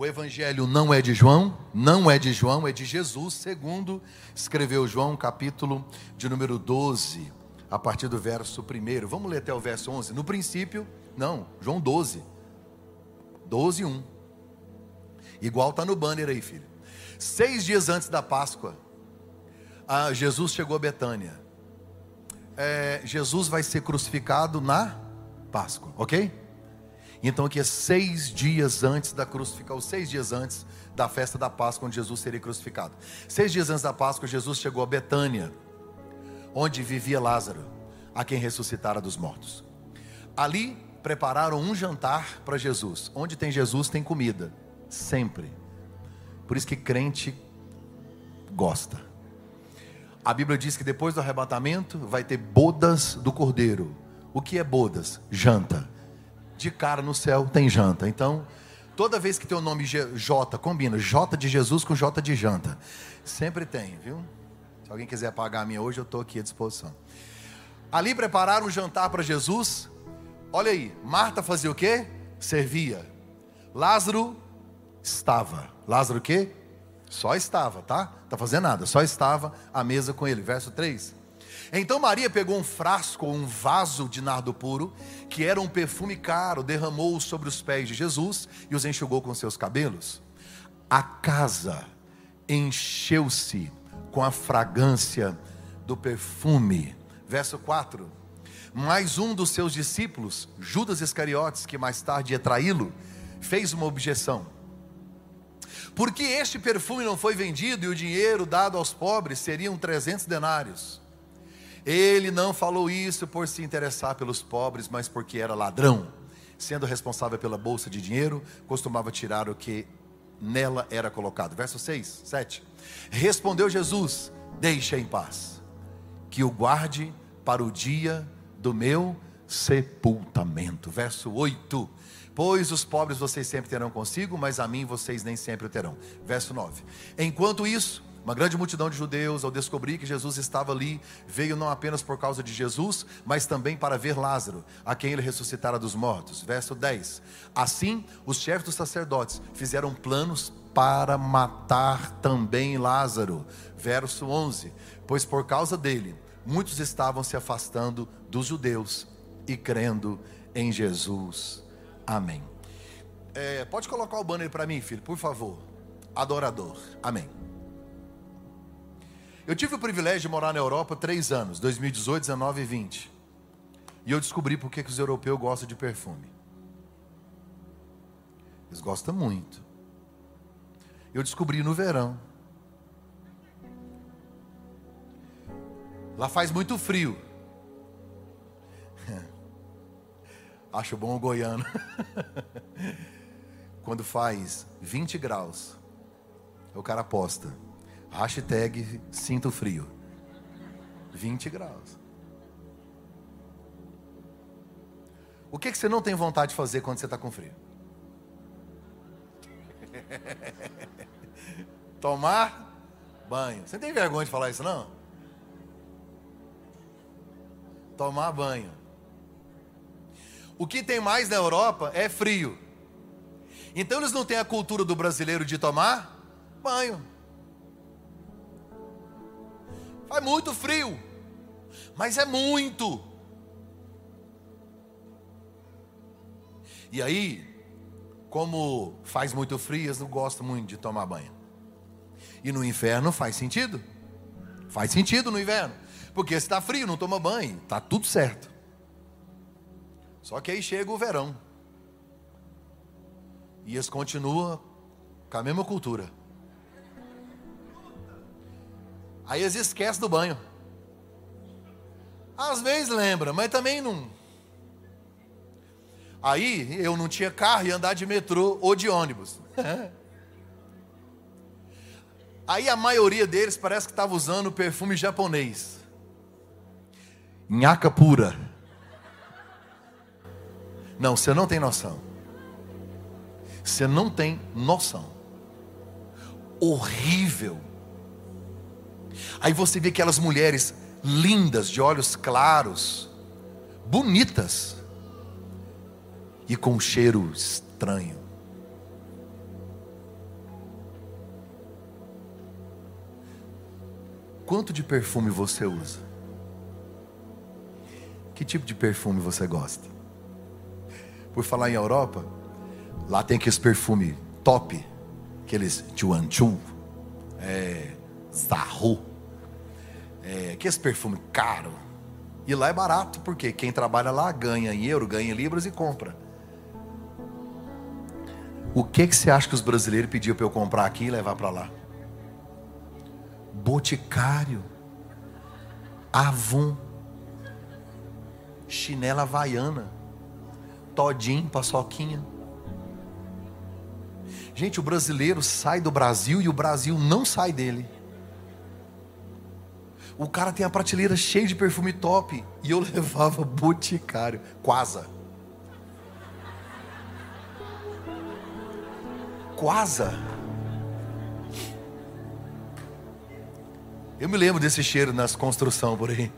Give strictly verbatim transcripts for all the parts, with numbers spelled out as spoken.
evangelho não é de João, não é de João, é de Jesus, segundo escreveu João, capítulo de número doze, a partir do verso primeiro. Vamos ler até o verso onze. No princípio, não, João doze, doze, um. Igual está no banner aí, filho. Seis dias antes da Páscoa, ah, Jesus chegou a Betânia. É, Jesus vai ser crucificado na Páscoa, ok? Então aqui é seis dias antes da crucificação, seis dias antes da festa da Páscoa, onde Jesus seria crucificado. Seis dias antes da Páscoa, Jesus chegou a Betânia, onde vivia Lázaro, a quem ressuscitara dos mortos. Ali prepararam um jantar para Jesus. Onde tem Jesus tem comida, sempre. Por isso que crente gosta. A Bíblia diz que depois do arrebatamento vai ter bodas do Cordeiro. O que é bodas? Janta. De cara no céu tem janta. Então, toda vez que tem o nome J, combina J de Jesus com J de janta. Sempre tem, viu? Se alguém quiser pagar a minha hoje, eu estou aqui à disposição. Ali prepararam um jantar para Jesus. Olha aí, Marta fazia o quê? Servia. Lázaro estava. Lázaro o quê? Só estava, tá? Não está fazendo nada, só estava à mesa com ele. Verso três. Então Maria pegou um frasco, um vaso de nardo puro, que era um perfume caro, derramou-o sobre os pés de Jesus e os enxugou com seus cabelos. A casa encheu-se com a fragrância do perfume. Verso quatro. Mas um dos seus discípulos, Judas Iscariotes, que mais tarde ia traí-lo, fez uma objeção. Por que este perfume não foi vendido e o dinheiro dado aos pobres seriam trezentos denários? Ele não falou isso por se interessar pelos pobres, mas porque era ladrão. Sendo responsável pela bolsa de dinheiro, costumava tirar o que nela era colocado. Verso seis, sete. Respondeu Jesus: deixa em paz, que o guarde para o dia do meu sepultamento. Verso oito. Pois os pobres vocês sempre terão consigo, mas a mim vocês nem sempre o terão. Verso nove. Enquanto isso, uma grande multidão de judeus, ao descobrir que Jesus estava ali, veio não apenas por causa de Jesus, mas também para ver Lázaro, a quem ele ressuscitara dos mortos. Verso dez. Assim, os chefes dos sacerdotes fizeram planos para matar também Lázaro. Verso onze. Pois por causa dele, muitos estavam se afastando dos judeus e crendo em Jesus. Amém. É, pode colocar o banner para mim, filho, por favor. Adorador. Amém. Eu tive o privilégio de morar na Europa três anos, dois mil e dezoito, dezenove e vinte. E eu descobri por que os europeus gostam de perfume. Eles gostam muito. Eu descobri no verão. Lá faz muito frio. Acho bom o goiano. Quando faz vinte graus, o cara posta hashtag sinto frio. vinte graus. O que, que você não tem vontade de fazer quando você está com frio? Tomar banho. Você tem vergonha de falar isso, não? Tomar banho. O que tem mais na Europa é frio. Então eles não têm a cultura do brasileiro de tomar banho. Faz muito frio, mas é muito. E aí, como faz muito frio, eles não gostam muito de tomar banho. E no inverno faz sentido. Faz sentido no inverno. Porque se está frio, não toma banho, está tudo certo. Só que aí chega o verão. E eles continuam com a mesma cultura. Aí eles esquecem do banho. Às vezes lembra, mas também não. Aí eu não tinha carro e ia andar de metrô ou de ônibus. Aí a maioria deles parece que estava usando perfume japonês. Nhaca pura. Não, você não tem noção. Você não tem noção. Horrível. Aí você vê aquelas mulheres lindas, de olhos claros, bonitas, e com um cheiro estranho. quanto de perfume você usa? Que tipo de perfume você gosta? Por falar em Europa, lá tem aqueles perfumes top, aqueles Chuanchu, é, Zarro, é, aqueles perfumes caros. E lá é barato, porque quem trabalha lá ganha em euro, ganha em libras e compra. O que, que você acha que os brasileiros pediam para eu comprar aqui e levar para lá? Boticário, Avon, chinela havaiana, todinho, paçoquinha. Gente, o brasileiro sai do Brasil e o Brasil não sai dele. O cara tem a prateleira cheia de perfume top e eu levava Boticário, Quasa. Quasa. Eu me lembro desse cheiro nas construções por aí.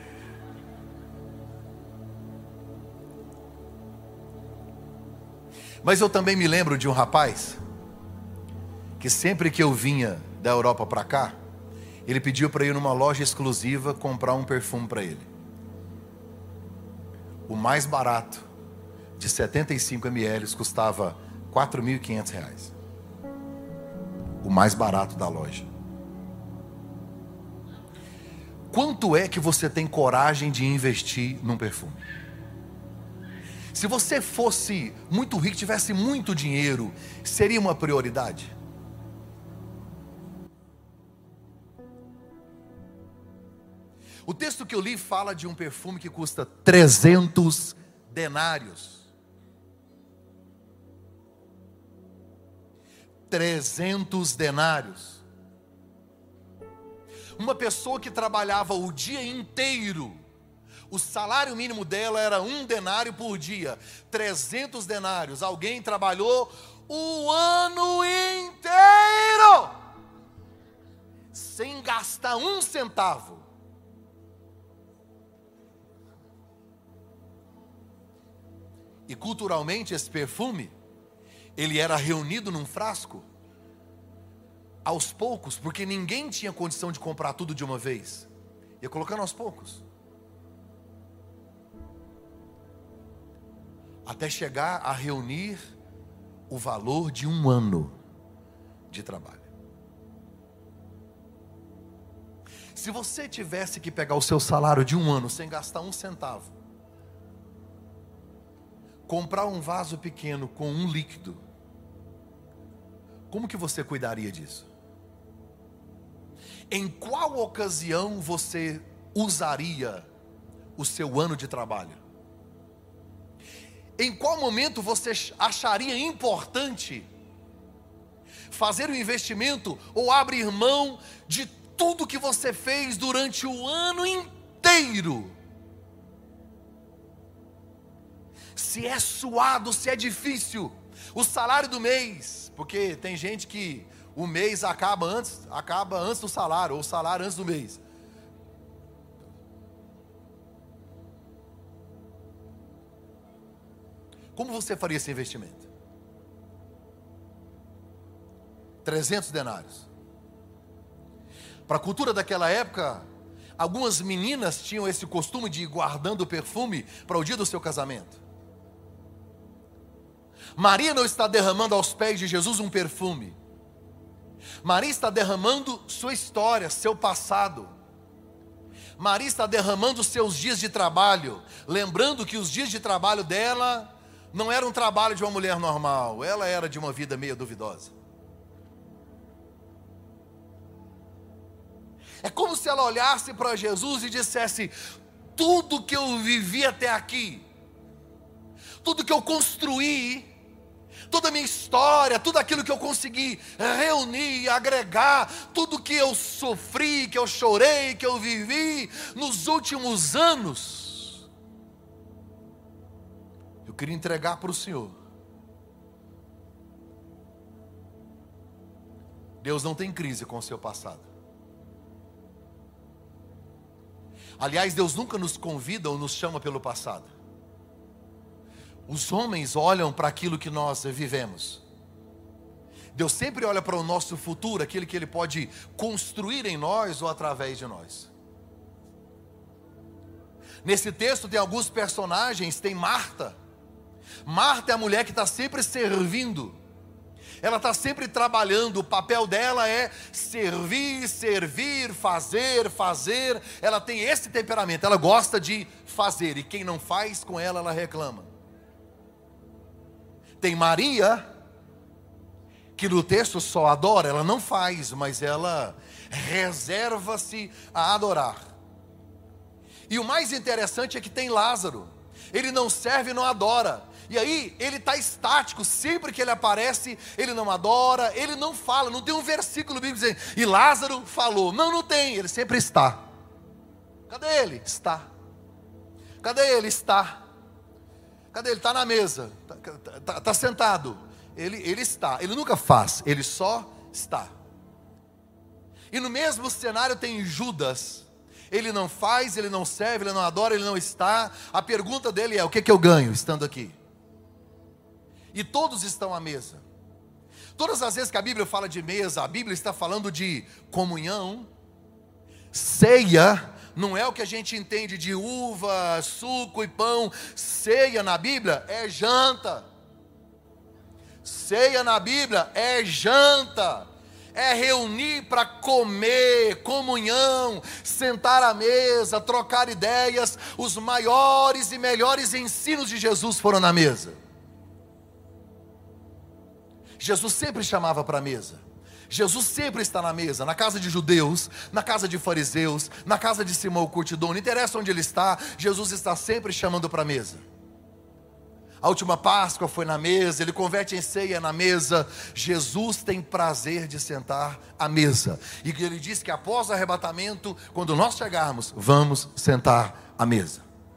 Mas eu também me lembro de um rapaz que sempre que eu vinha da Europa para cá, ele pediu para ir numa loja exclusiva comprar um perfume para ele. O mais barato, de setenta e cinco mililitros, custava quatro mil e quinhentos reais. O mais barato da loja. Quanto é que você tem coragem de investir num perfume? Se você fosse muito rico, tivesse muito dinheiro, seria uma prioridade? O texto que eu li fala de um perfume que custa trezentos denários. trezentos denários. Uma pessoa que trabalhava o dia inteiro, o salário mínimo dela era um denário por dia. trezentos denários. Alguém trabalhou o ano inteiro sem gastar um centavo. E culturalmente esse perfume, ele era reunido num frasco, aos poucos, porque ninguém tinha condição de comprar tudo de uma vez. Ia colocando aos poucos. Até chegar a reunir o valor de um ano de trabalho. Se você tivesse que pegar o seu salário de um ano sem gastar um centavo, comprar um vaso pequeno com um líquido, como que você cuidaria disso? Em qual ocasião você usaria o seu ano de trabalho? Em qual momento você acharia importante fazer um investimento ou abrir mão de tudo que você fez durante o ano inteiro? Se é suado, se é difícil, o salário do mês, porque tem gente que o mês acaba antes, acaba antes do salário, ou o salário antes do mês. Como você faria esse investimento? trezentos denários. Para a cultura daquela época, algumas meninas tinham esse costume de ir guardando perfume para o dia do seu casamento. Maria não está derramando aos pés de Jesus um perfume. Maria está derramando sua história, seu passado. Maria está derramando seus dias de trabalho, lembrando que os dias de trabalho dela não era um trabalho de uma mulher normal, ela era de uma vida meio duvidosa. É como se ela olhasse para Jesus e dissesse: tudo que eu vivi até aqui, tudo que eu construí, toda a minha história, tudo aquilo que eu consegui reunir, agregar, tudo que eu sofri, que eu chorei, que eu vivi nos últimos anos, eu queria entregar para o Senhor. Deus não tem crise com o seu passado. Aliás, Deus nunca nos convida ou nos chama pelo passado. Os homens olham para aquilo que nós vivemos. Deus sempre olha para o nosso futuro, aquele que Ele pode construir em nós ou através de nós. Nesse texto tem alguns personagens, tem Marta. Marta é a mulher que está sempre servindo. Ela está sempre trabalhando, o papel dela é servir, servir, fazer, fazer. Ela tem esse temperamento, ela gosta de fazer, e quem não faz com ela, ela reclama. Tem Maria, que no texto só adora, ela não faz, mas ela reserva-se a adorar. E o mais interessante é que tem Lázaro, ele não serve e não adora. E aí, ele está estático, sempre que ele aparece, ele não adora, ele não fala, não tem um versículo bíblico dizendo, e Lázaro falou. Não, não tem, ele sempre está. Cadê ele? Está. Cadê ele? Está. Cadê ele? Está na mesa, está, está, está sentado. Ele, ele está, ele nunca faz, ele só está. E no mesmo cenário tem Judas. Ele não faz, ele não serve, ele não adora, ele não está. A pergunta dele é, o que, que eu ganho estando aqui? E todos estão à mesa. Todas as vezes que a Bíblia fala de mesa, a Bíblia está falando de comunhão. Ceia não é o que a gente entende de uva, suco e pão. Ceia na Bíblia é janta. Ceia na Bíblia é janta. É reunir para comer, comunhão, sentar à mesa, trocar ideias. Os maiores e melhores ensinos de Jesus foram na mesa. Jesus sempre chamava para a mesa. Jesus sempre está na mesa, na casa de judeus, na casa de fariseus, na casa de Simão o curtidor. Não interessa onde ele está, Jesus está sempre chamando para a mesa. A última Páscoa foi na mesa, ele converte em ceia na mesa. Jesus tem prazer de sentar à mesa. E ele diz que após o arrebatamento, quando nós chegarmos, vamos sentar à mesa.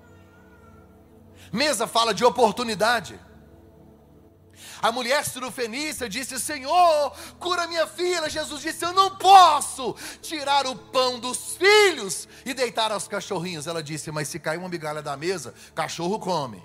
Mesa fala de oportunidade. A mulher cirofenícia disse, Senhor, cura minha filha. Jesus disse, eu não posso tirar o pão dos filhos e deitar aos cachorrinhos. Ela disse, mas se cair uma migalha da mesa, cachorro come.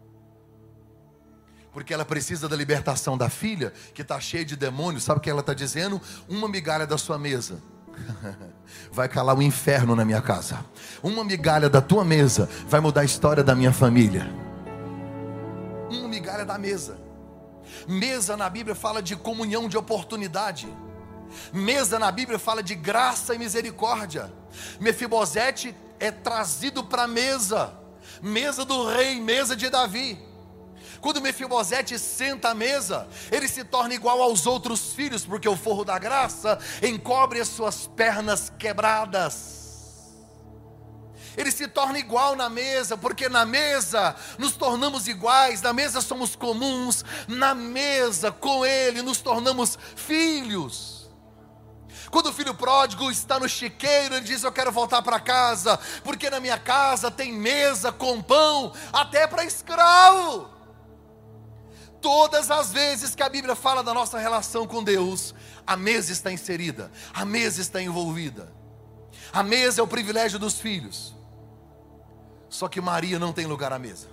Porque ela precisa da libertação da filha, que está cheia de demônios. Sabe o que ela está dizendo? Uma migalha da sua mesa vai calar o inferno na minha casa. Uma migalha da tua mesa vai mudar a história da minha família. Uma migalha da mesa. Mesa na Bíblia fala de comunhão, de oportunidade. Mesa na Bíblia fala de graça e misericórdia. Mefibosete é trazido para a mesa. Mesa do rei, mesa de Davi. Quando Mefibosete senta à mesa, ele se torna igual aos outros filhos, porque o forro da graça encobre as suas pernas quebradas. Ele se torna igual na mesa, porque na mesa nos tornamos iguais, na mesa somos comuns, na mesa com ele nos tornamos filhos. Quando o filho pródigo está no chiqueiro, ele diz, eu quero voltar para casa, porque na minha casa tem mesa com pão, até para escravo. Todas as vezes que a Bíblia fala da nossa relação com Deus, a mesa está inserida, a mesa está envolvida. A mesa é o privilégio dos filhos. Só que Maria não tem lugar à mesa.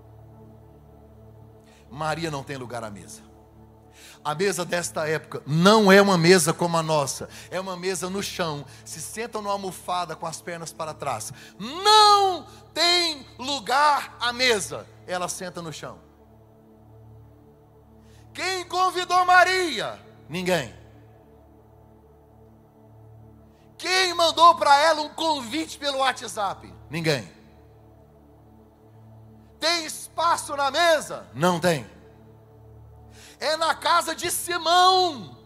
Maria não tem lugar à mesa. A mesa desta época não é uma mesa como a nossa. É uma mesa no chão. Se sentam numa almofada com as pernas para trás. Não tem lugar à mesa. Ela senta no chão. Quem convidou Maria? Ninguém. Quem mandou para ela um convite pelo WhatsApp? Ninguém. Tem espaço na mesa? Não tem. É na casa de Simão.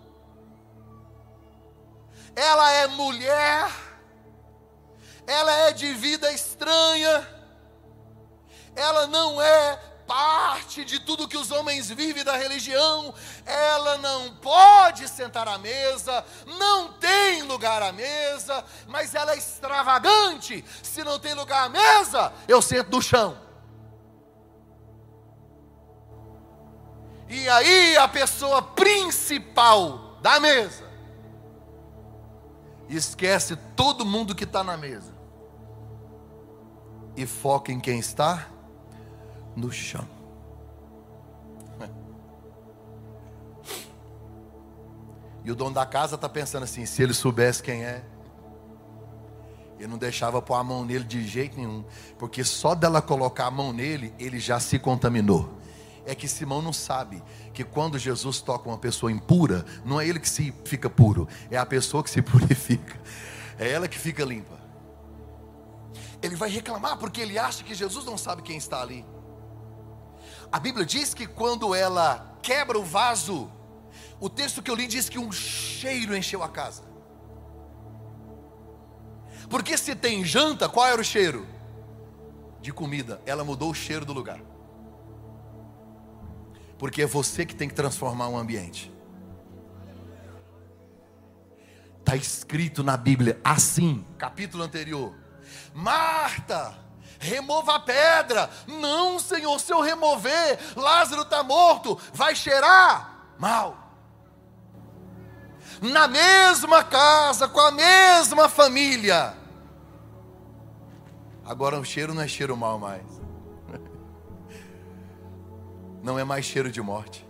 Ela é mulher. Ela é de vida estranha. Ela não é parte de tudo que os homens vivem da religião. Ela não pode sentar à mesa, não tem lugar à mesa, mas ela é extravagante. Se não tem lugar à mesa, eu sento no chão. E aí a pessoa principal da mesa esquece todo mundo que está na mesa e foca em quem está no chão. E o dono da casa está pensando assim: se ele soubesse quem é, ele não deixava pôr a mão nele de jeito nenhum, porque só dela colocar a mão nele, ele já se contaminou. É que Simão não sabe que quando Jesus toca uma pessoa impura, não é ele que se fica puro, é a pessoa que se purifica, é ela que fica limpa. Ele vai reclamar porque ele acha que Jesus não sabe quem está ali. A Bíblia diz que quando ela quebra o vaso, o texto que eu li diz que um cheiro encheu a casa. Porque se tem janta, qual era o cheiro? De comida. Ela mudou o cheiro do lugar. Porque é você que tem que transformar um ambiente. Está escrito na Bíblia assim, capítulo anterior: Marta, remova a pedra. Não, Senhor, se eu remover, Lázaro está morto, vai cheirar mal. Na mesma casa, com a mesma família. Agora o cheiro não é cheiro mal mais. Não é mais cheiro de morte.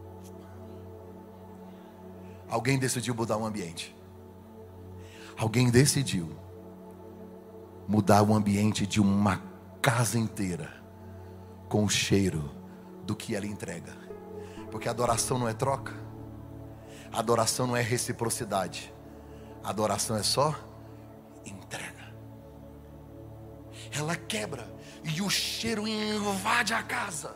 Alguém decidiu mudar o ambiente. Alguém decidiu mudar o ambiente de uma casa inteira com o cheiro do que ela entrega. Porque adoração não é troca. Adoração não é reciprocidade. Adoração é só entrega. Ela quebra e o cheiro invade a casa.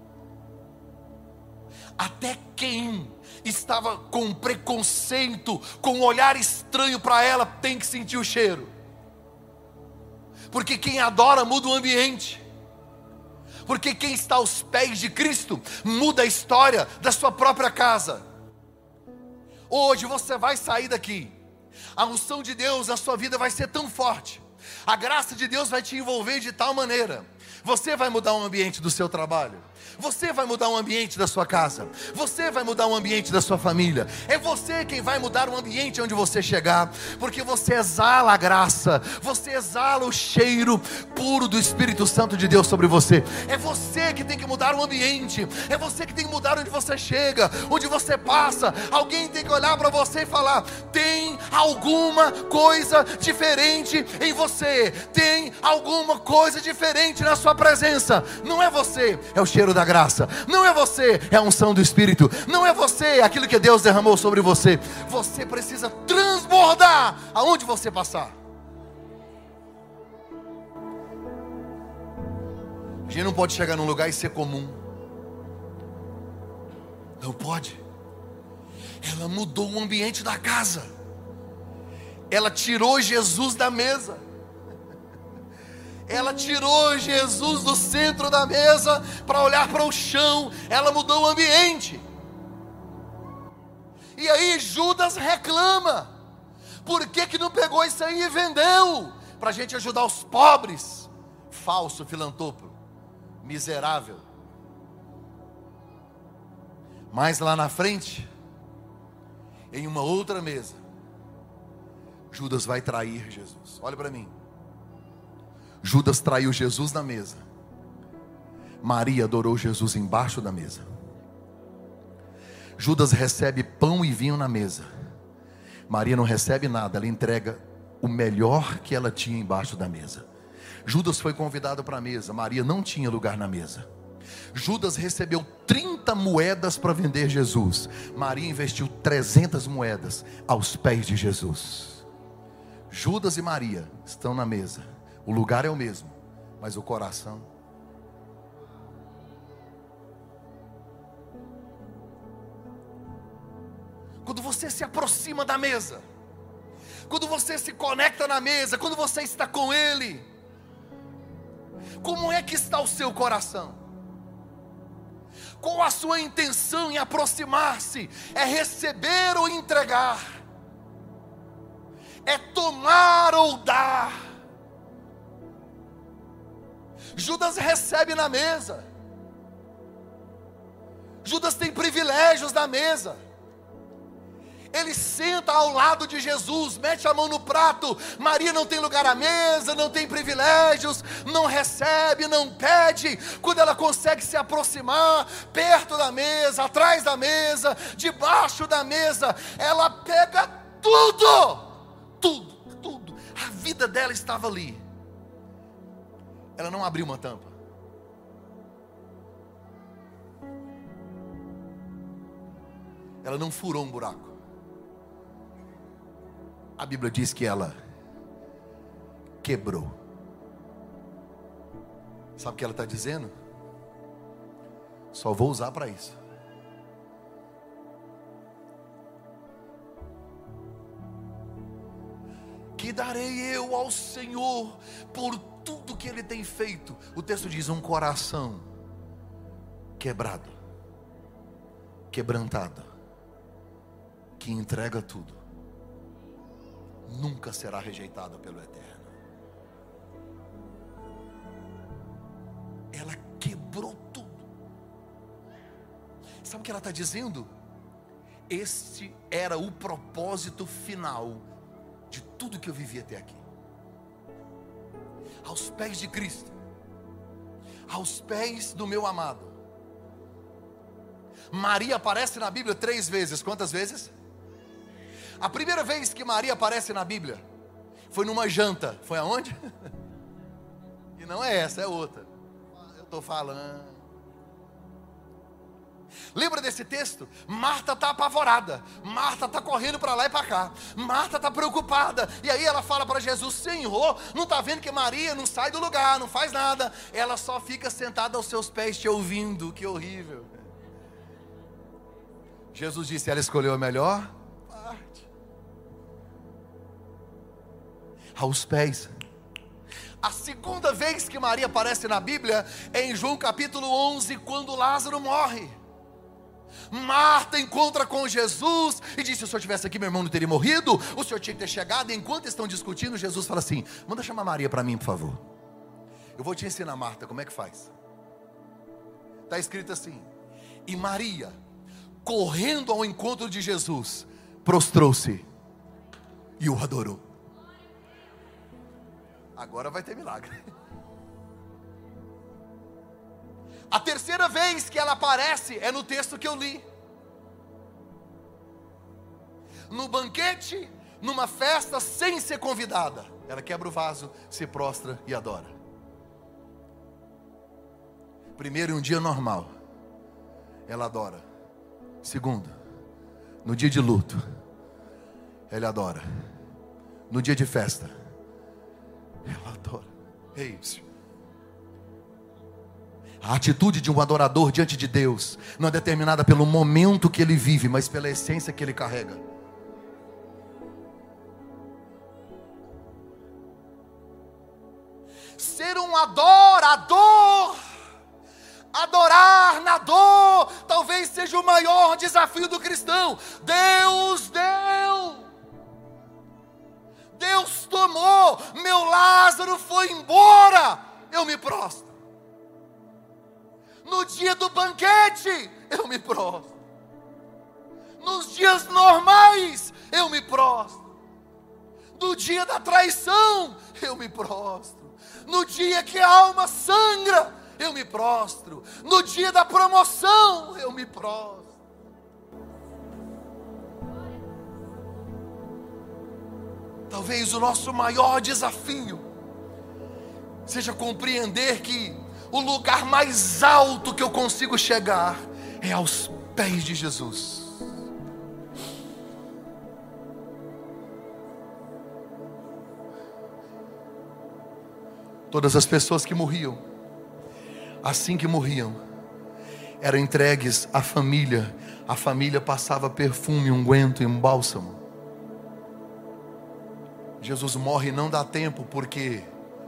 Até quem estava com preconceito, com um olhar estranho para ela, tem que sentir o cheiro. Porque quem adora muda o ambiente. Porque quem está aos pés de Cristo muda a história da sua própria casa. Hoje você vai sair daqui, a unção de Deus na sua vida vai ser tão forte, a graça de Deus vai te envolver de tal maneira. Você vai mudar o ambiente do seu trabalho. Você vai mudar o ambiente da sua casa. Você vai mudar o ambiente da sua família. É você quem vai mudar o ambiente onde você chegar. Porque você exala a graça. Você exala o cheiro puro do Espírito Santo de Deus sobre você. É você que tem que mudar o ambiente. É você que tem que mudar onde você chega, onde você passa. Alguém tem que olhar para você e falar: tem alguma coisa diferente em você. Tem alguma coisa diferente na sua presença. Não é você, é o cheiro da graça. Não é você, é a unção do Espírito. Não é você, é aquilo que Deus derramou sobre você. Você precisa transbordar aonde você passar. A gente não pode chegar num lugar e ser comum. Não pode. Ela mudou o ambiente da casa. Ela tirou Jesus da mesa. Ela tirou Jesus do centro da mesa para olhar para o chão. Ela mudou o ambiente. E aí Judas reclama: por que que não pegou isso aí e vendeu? Para a gente ajudar os pobres. Falso filantropo, miserável. Mas lá na frente, em uma outra mesa, Judas vai trair Jesus. Olha para mim. Judas traiu Jesus na mesa. Maria adorou Jesus embaixo da mesa. Judas recebe pão e vinho na mesa. Maria não recebe nada, ela entrega o melhor que ela tinha embaixo da mesa. Judas foi convidado para a mesa. Maria não tinha lugar na mesa. Judas recebeu trinta moedas para vender Jesus. Maria investiu trezentas moedas aos pés de Jesus. Judas e Maria estão na mesa. O lugar é o mesmo, mas o coração. Quando você se aproxima da mesa, quando você se conecta na mesa, quando você está com Ele, como é que está o seu coração? Qual a sua intenção em aproximar-se? É receber ou entregar? É tomar ou dar? Judas recebe na mesa. Judas tem privilégios na mesa. Ele senta ao lado de Jesus, mete a mão no prato. Maria não tem lugar à mesa, não tem privilégios, não recebe, não pede. Quando ela consegue se aproximar, perto da mesa, atrás da mesa, debaixo da mesa, ela pega tudo, tudo, tudo. A vida dela estava ali. Ela não abriu uma tampa. Ela não furou um buraco. A Bíblia diz que ela quebrou. Sabe o que ela está dizendo? Só vou usar para isso. Que darei eu ao Senhor por tudo que Ele tem feito. O texto diz: um coração quebrado, quebrantado, que entrega tudo, nunca será rejeitado pelo Eterno. Ela quebrou tudo. Sabe o que ela está dizendo? Este era o propósito final de tudo que eu vivi até aqui. Aos pés de Cristo, aos pés do meu amado. Maria aparece na Bíblia três vezes. Quantas vezes? A primeira vez que Maria aparece na Bíblia foi numa janta. Foi aonde? E não é essa, é outra. Eu estou falando. Lembra desse texto? Marta está apavorada. Marta está correndo para lá e para cá. Marta está preocupada. E aí ela fala para Jesus: Senhor, não está vendo que Maria não sai do lugar, não faz nada. Ela só fica sentada aos seus pés te ouvindo. Que horrível. Jesus disse: ela escolheu a melhor parte. Aos pés. A segunda vez que Maria aparece na Bíblia é em João capítulo onze, quando Lázaro morre. Marta encontra com Jesus e diz: se o senhor estivesse aqui, meu irmão não teria morrido. O senhor tinha que ter chegado. E enquanto estão discutindo, Jesus fala assim: manda chamar Maria para mim, por favor. Eu vou te ensinar, Marta, como é que faz. Está escrito assim: e Maria, correndo ao encontro de Jesus, prostrou-se e o adorou. Agora vai ter milagre. A terceira vez que ela aparece é no texto que eu li. No banquete, numa festa, sem ser convidada. Ela quebra o vaso, se prostra e adora. Primeiro, em um dia normal, ela adora. Segundo, no dia de luto, ela adora. No dia de festa, ela adora. É isso. A atitude de um adorador diante de Deus não é determinada pelo momento que ele vive, mas pela essência que ele carrega. Ser um adorador, adorar na dor, talvez seja o maior desafio do cristão. Deus deu, Deus tomou, meu Lázaro foi embora, eu me prostro. No dia do banquete, eu me prostro. Nos dias normais, eu me prostro. No dia da traição, eu me prostro. No dia que a alma sangra, eu me prostro. No dia da promoção, eu me prostro. Talvez o nosso maior desafio seja compreender que o lugar mais alto que eu consigo chegar é aos pés de Jesus. Todas as pessoas que morriam, assim que morriam, eram entregues à família. A família passava perfume, unguento e um bálsamo. Jesus morre e não dá tempo, porque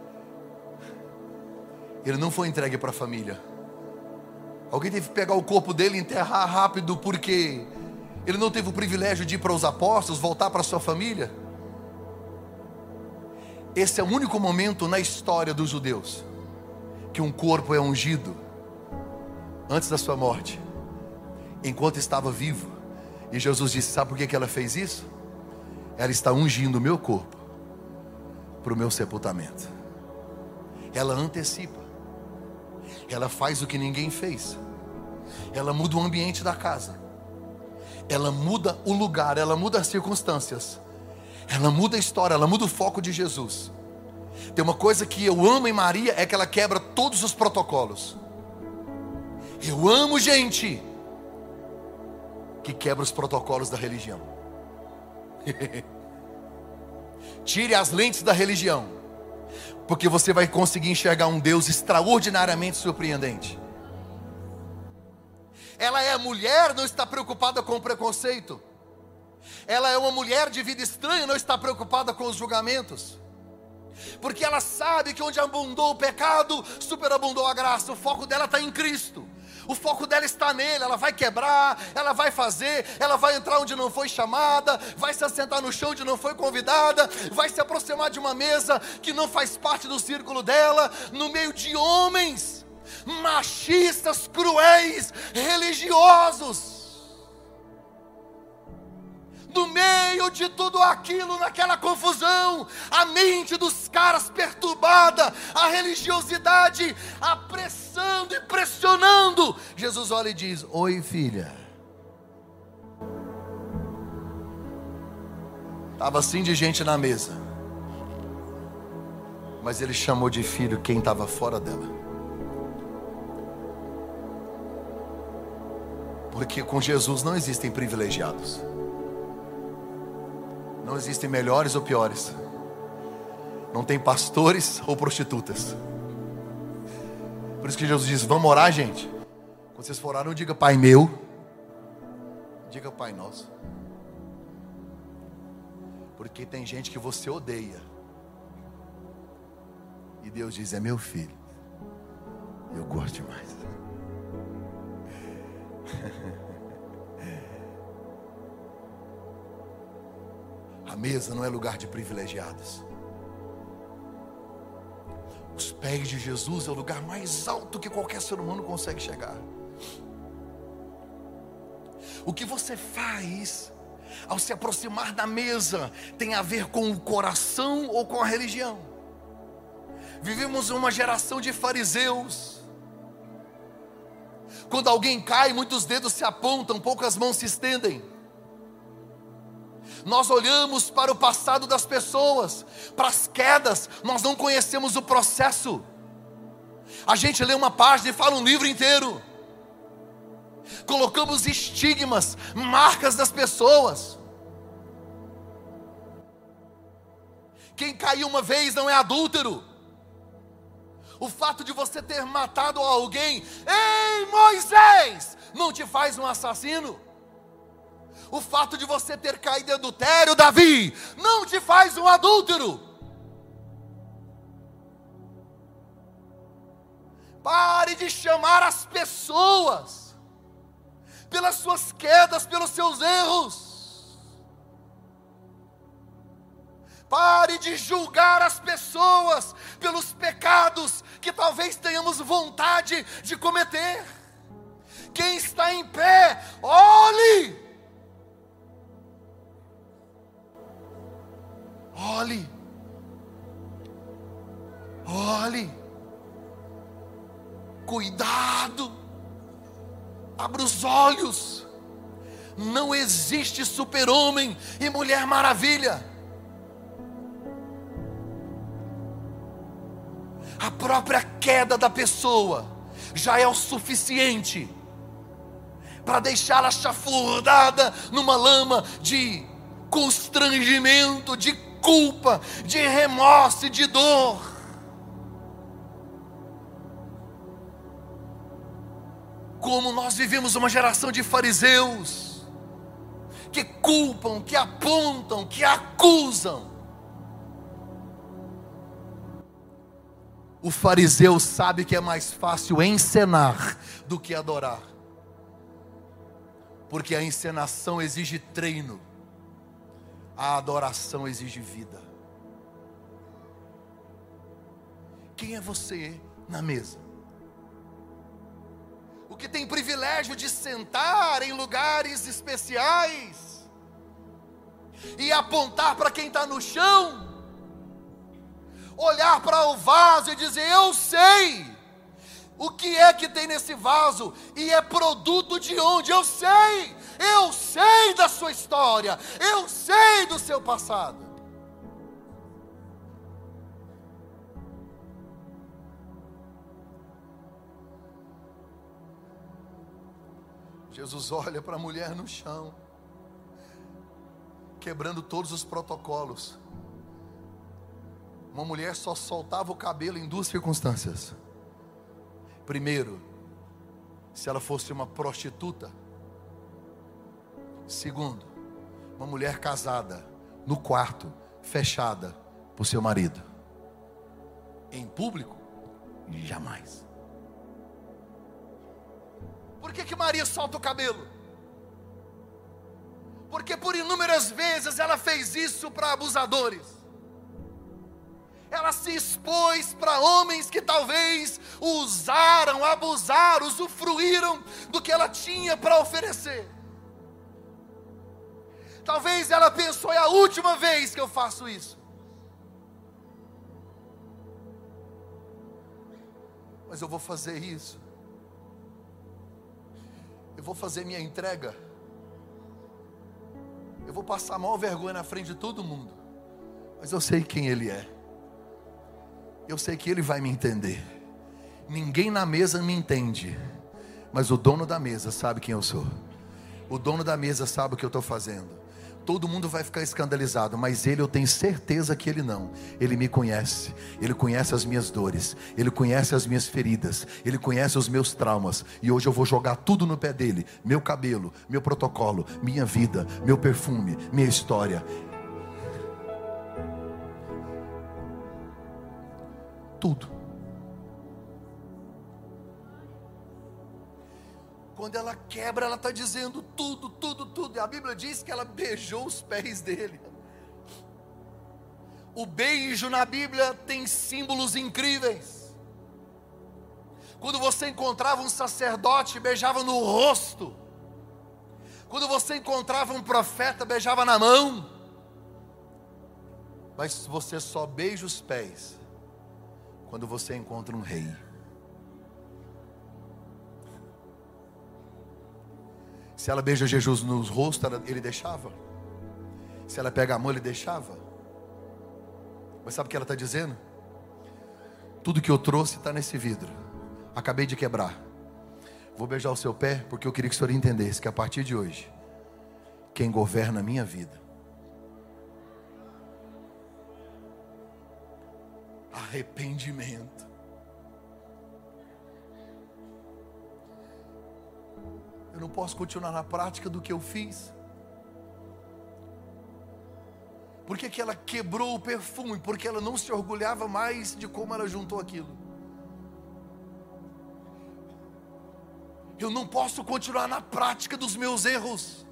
ele não foi entregue para a família. Alguém teve que pegar o corpo dele e enterrar rápido, porque ele não teve o privilégio de ir para os apóstolos, voltar para a sua família. Esse é o único momento na história dos judeus que um corpo é ungido antes da sua morte, enquanto estava vivo, E Jesus disse: sabe por que que ela fez isso? Ela está ungindo o meu corpo para o meu sepultamento. Ela antecipa. Ela faz o que ninguém fez. Ela muda o ambiente da casa. Ela muda o lugar, ela muda as circunstâncias. Ela muda a história, ela muda o foco de Jesus. Tem uma coisa que eu amo em Maria, é que ela quebra todos os protocolos. Eu amo gente que quebra os protocolos da religião. Tire as lentes da religião, porque você vai conseguir enxergar um Deus extraordinariamente surpreendente. Ela é mulher, não está preocupada com o preconceito. Ela é uma mulher de vida estranha, não está preocupada com os julgamentos. Porque ela sabe que onde abundou o pecado, superabundou a graça. O foco dela está em Cristo. O foco dela está nele. Ela vai quebrar, ela vai fazer, ela vai entrar onde não foi chamada, vai se assentar no chão onde não foi convidada, vai se aproximar de uma mesa que não faz parte do círculo dela, no meio de homens machistas, cruéis, religiosos. No meio de tudo aquilo, naquela confusão, a mente dos caras perturbada, a religiosidade apressando e pressionando, Jesus olha e diz: oi, filha. Estava assim de gente na mesa, mas ele chamou de filho quem estava fora dela. Porque com Jesus não existem privilegiados. Não existem melhores ou piores. Não tem pastores ou prostitutas. Por isso que Jesus diz: vamos orar, gente. Quando vocês forem orar, não diga Pai meu, diga Pai nosso. Porque tem gente que você odeia, e Deus diz: é meu filho, eu gosto demais. A mesa não é lugar de privilegiados. Os pés de Jesus é o lugar mais alto que qualquer ser humano consegue chegar. O que você faz ao se aproximar da mesa tem a ver com o coração ou com a religião. Vivemos uma geração de fariseus. Quando alguém cai, muitos dedos se apontam, poucas mãos se estendem. Nós olhamos para o passado das pessoas, para as quedas, nós não conhecemos o processo. A gente lê uma página e fala um livro inteiro. Colocamos estigmas, marcas das pessoas. Quem caiu uma vez não é adúltero. O fato de você ter matado alguém, ei Moisés, não te faz um assassino. O fato de você ter caído em adultério, Davi, não te faz um adúltero. Pare de chamar as pessoas pelas suas quedas, pelos seus erros. Pare de julgar as pessoas pelos pecados que talvez tenhamos vontade de cometer. Quem está em pé, olhe. Olhe, olhe, cuidado, abra os olhos. Não existe super-homem e mulher maravilha. A própria queda da pessoa já é o suficiente para deixá-la chafurdada numa lama de constrangimento, de culpa, de remorso e de dor. Como nós vivemos uma geração de fariseus que culpam, que apontam, que acusam. O fariseu sabe que é mais fácil encenar do que adorar, porque a encenação exige treino. A adoração exige vida. Quem é você na mesa? o que tem privilégio de sentar em lugares especiais e apontar para quem está no chão, olhar para o vaso e dizer: eu sei o que é que tem nesse vaso, e é produto de onde? Eu sei, eu sei da sua história, eu sei do seu passado. Jesus olha para a mulher no chão, quebrando todos os protocolos. Uma mulher só soltava o cabelo em duas circunstâncias. Primeiro, se ela fosse uma prostituta. Segundo, uma mulher casada, no quarto, fechada por seu marido. Em público, jamais. Por que que Maria solta o cabelo? Porque por inúmeras vezes ela fez isso para abusadores. Ela se expôs para homens que talvez usaram, abusaram, usufruíram do que ela tinha para oferecer. Talvez ela pensou: é a última vez que eu faço isso. Mas eu vou fazer isso. Eu vou fazer minha entrega. Eu vou passar a maior vergonha na frente de todo mundo. Mas eu sei quem Ele é. Eu sei que Ele vai me entender. Ninguém na mesa me entende, mas o dono da mesa sabe quem eu sou. O dono da mesa sabe o que eu estou fazendo. Todo mundo vai ficar escandalizado, mas Ele, eu tenho certeza que Ele não. Ele me conhece. Ele conhece as minhas dores. Ele conhece as minhas feridas. Ele conhece os meus traumas. E hoje eu vou jogar tudo no pé dele. Meu cabelo, meu protocolo, minha vida, meu perfume, minha história. Tudo. Quando ela quebra, ela está dizendo tudo, tudo, tudo. E a Bíblia diz que ela beijou os pés dele. O beijo na Bíblia tem símbolos incríveis. Quando você encontrava um sacerdote, beijava no rosto. Quando você encontrava um profeta, beijava na mão. Mas você só beija os pés quando você encontra um rei. Se ela beija Jesus no rosto, ele deixava. Se ela pega a mão, ele deixava. Mas sabe o que ela está dizendo? Tudo que eu trouxe está nesse vidro. Acabei de quebrar. Vou beijar o seu pé, porque eu queria que o senhor entendesse que a partir de hoje, quem governa a minha vida, arrependimento. Eu não posso continuar na prática do que eu fiz. Por que que ela quebrou o perfume? Porque ela não se orgulhava mais de como ela juntou aquilo. Eu não posso continuar na prática dos meus erros.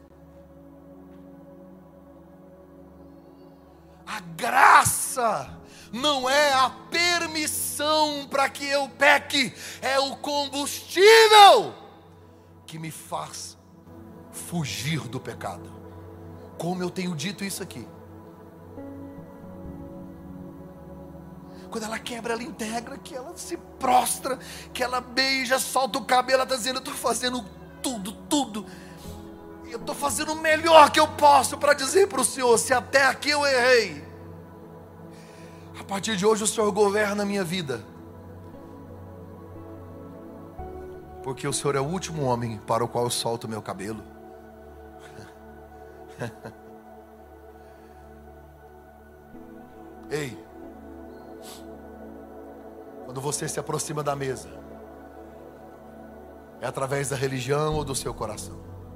A graça não é a permissão para que eu peque, é o combustível que me faz fugir do pecado. Como eu tenho dito isso aqui. Quando ela quebra, ela integra, que ela se prostra, que ela beija, solta o cabelo, ela está dizendo: eu estou fazendo tudo, tudo. Eu estou fazendo o melhor que eu posso para dizer para o Senhor, se até aqui eu errei, a partir de hoje o Senhor governa a minha vida. Porque o Senhor é o último homem para o qual eu solto o meu cabelo. Ei, quando você se aproxima da mesa, é através da religião ou do seu coração?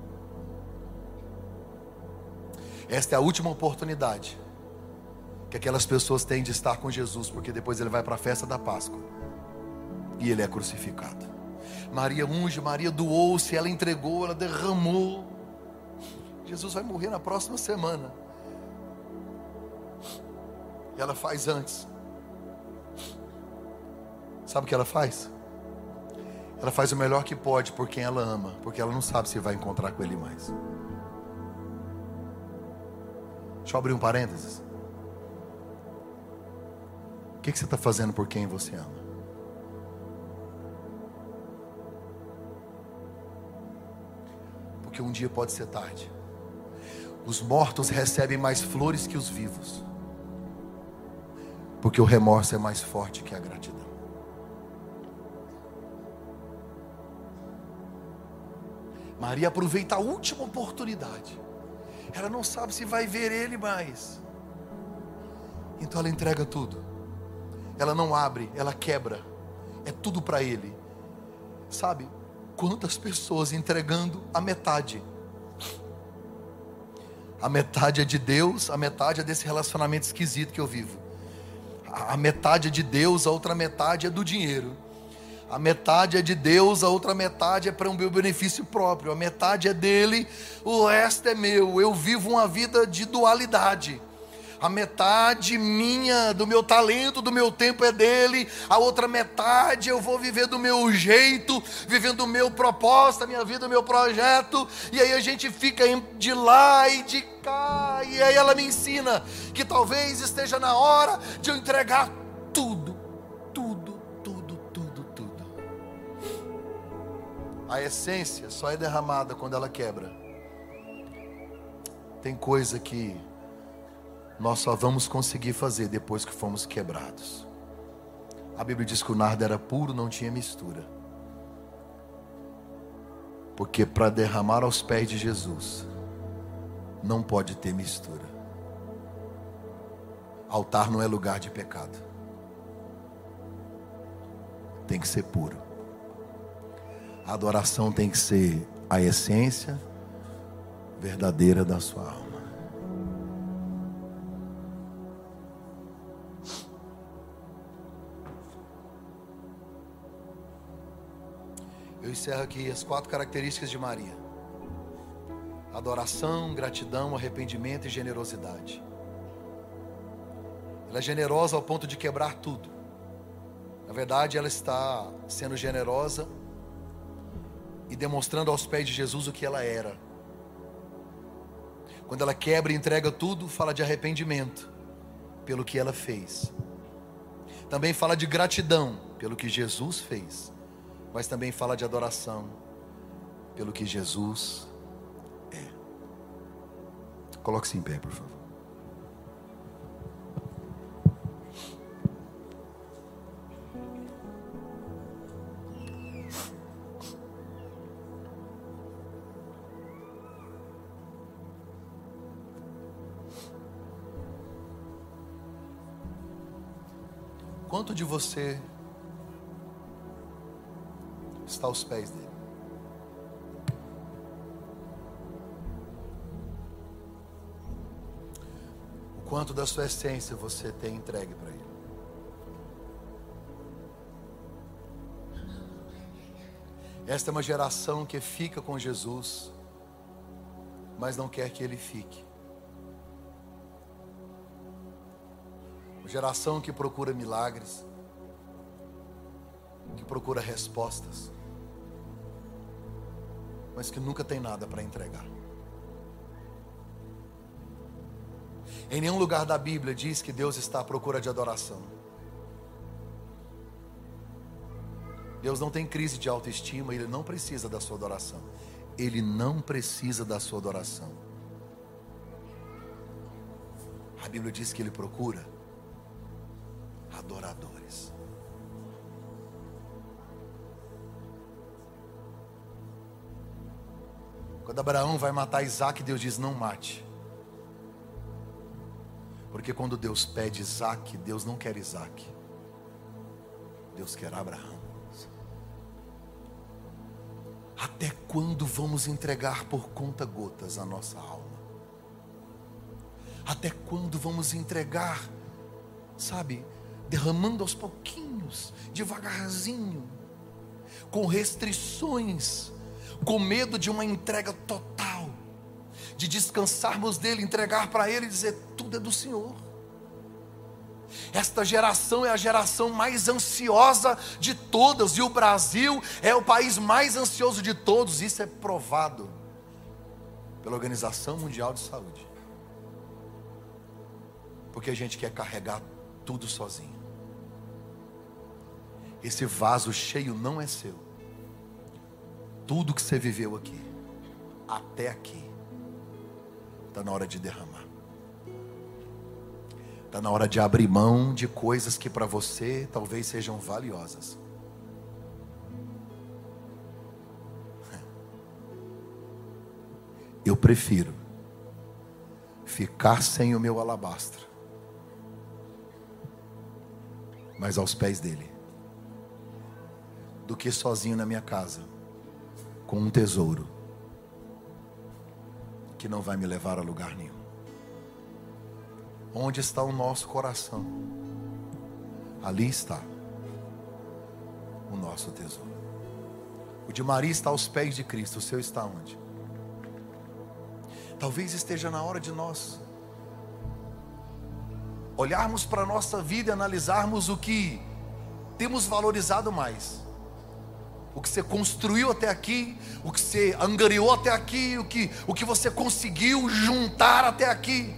Esta é a última oportunidade que aquelas pessoas têm de estar com Jesus, porque depois ele vai para a festa da Páscoa e ele é crucificado. Maria unge, Maria doou-se, ela entregou, ela derramou. Jesus vai morrer na próxima semana. E ela faz antes. Sabe o que ela faz? ela faz o melhor que pode por quem ela ama, porque ela não sabe se vai encontrar com ele mais. Deixa eu abrir um parênteses. O que, que você está fazendo por quem você ama? Porque um dia pode ser tarde. Os mortos recebem mais flores que os vivos, porque o remorso é mais forte que a gratidão. Maria aproveita a última oportunidade. Ela não sabe se vai ver ele mais. Então ela entrega tudo. Ela não abre, ela quebra. É tudo para ele. Sabe, quantas pessoas entregando a metade? A metade é de Deus, a metade é desse relacionamento esquisito que eu vivo. A metade é de Deus, a outra metade é do dinheiro. A metade é de Deus, a outra metade é para o meu benefício próprio. A metade é dele, o resto é meu. Eu vivo uma vida de dualidade. A metade minha, do meu talento, do meu tempo é dele. A outra metade eu vou viver do meu jeito, vivendo o meu propósito, a minha vida, o meu projeto. E aí a gente fica de lá e de cá. E aí ela me ensina que talvez esteja na hora de eu entregar tudo. Tudo, tudo, tudo, tudo. A essência só é derramada quando ela quebra. Tem coisa que nós só vamos conseguir fazer depois que fomos quebrados. A Bíblia diz que o nardo era puro, não tinha mistura. Porque para derramar aos pés de Jesus, não pode ter mistura. Altar não é lugar de pecado. Tem que ser puro. A adoração tem que ser a essência verdadeira da sua alma. Eu encerro aqui as quatro características de Maria: adoração, gratidão, arrependimento e generosidade. Ela é generosa ao ponto de quebrar tudo. Na verdade, ela está sendo generosa e demonstrando aos pés de Jesus o que ela era. Quando ela quebra e entrega tudo, fala de arrependimento pelo que ela fez. Também fala de gratidão pelo que Jesus fez. Mas também fala de adoração pelo que Jesus é. Coloque-se em pé, por favor. Quanto de você está aos pés dele? O quanto da sua essência você tem entregue para ele? Esta é uma geração que fica com Jesus, mas não quer que ele fique. Uma geração que procura milagres, que procura respostas, mas que nunca tem nada para entregar. Em nenhum lugar da Bíblia diz que Deus está à procura de adoração. Deus não tem crise de autoestima, Ele não precisa da sua adoração. Ele não precisa da sua adoração. A Bíblia diz que Ele procura adoradores. Quando Abraão vai matar Isaac, Deus diz: não mate. Porque quando Deus pede Isaac, Deus não quer Isaac, Deus quer Abraão. Até quando vamos entregar por conta gotas a nossa alma? Até quando vamos entregar, sabe, derramando aos pouquinhos, devagarzinho, com restrições, com medo de uma entrega total, de descansarmos dele, entregar para ele e dizer: tudo é do Senhor. Esta geração é a geração mais ansiosa de todas, e o Brasil é o país mais ansioso de todos. Isso é provado pela Organização Mundial de Saúde, porque a gente quer carregar tudo sozinho. Esse vaso cheio não é seu. Tudo que você viveu aqui, até aqui, está na hora de derramar. Está na hora de abrir mão de coisas que para você talvez sejam valiosas. Eu prefiro ficar sem o meu alabastro, mas aos pés dele, do que sozinho na minha casa, com um tesouro que não vai me levar a lugar nenhum. Onde está o nosso coração? Ali está o nosso tesouro. O de Maria está aos pés de Cristo. O seu está onde? Talvez esteja na hora de nós olharmos para a nossa vida e analisarmos o que temos valorizado mais. O que você construiu até aqui, o que você angariou até aqui, o que, o que você conseguiu juntar até aqui.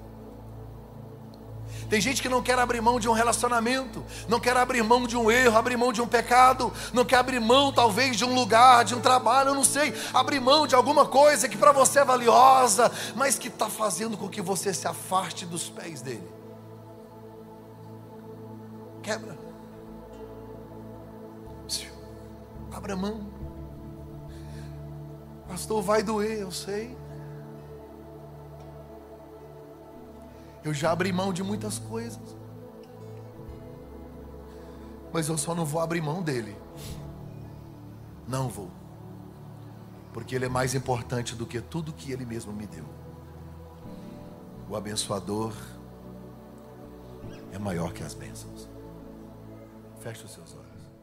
Tem gente que não quer abrir mão de um relacionamento, não quer abrir mão de um erro, abrir mão de um pecado, não quer abrir mão talvez de um lugar, de um trabalho, eu não sei, abrir mão de alguma coisa que para você é valiosa, mas que está fazendo com que você se afaste dos pés dele. Quebra. Abra mão. Pastor, vai doer, eu sei. Eu já abri mão de muitas coisas, mas eu só não vou abrir mão dele. Não vou, porque ele é mais importante do que tudo que ele mesmo me deu. O abençoador é maior que as bênçãos. Feche os seus olhos.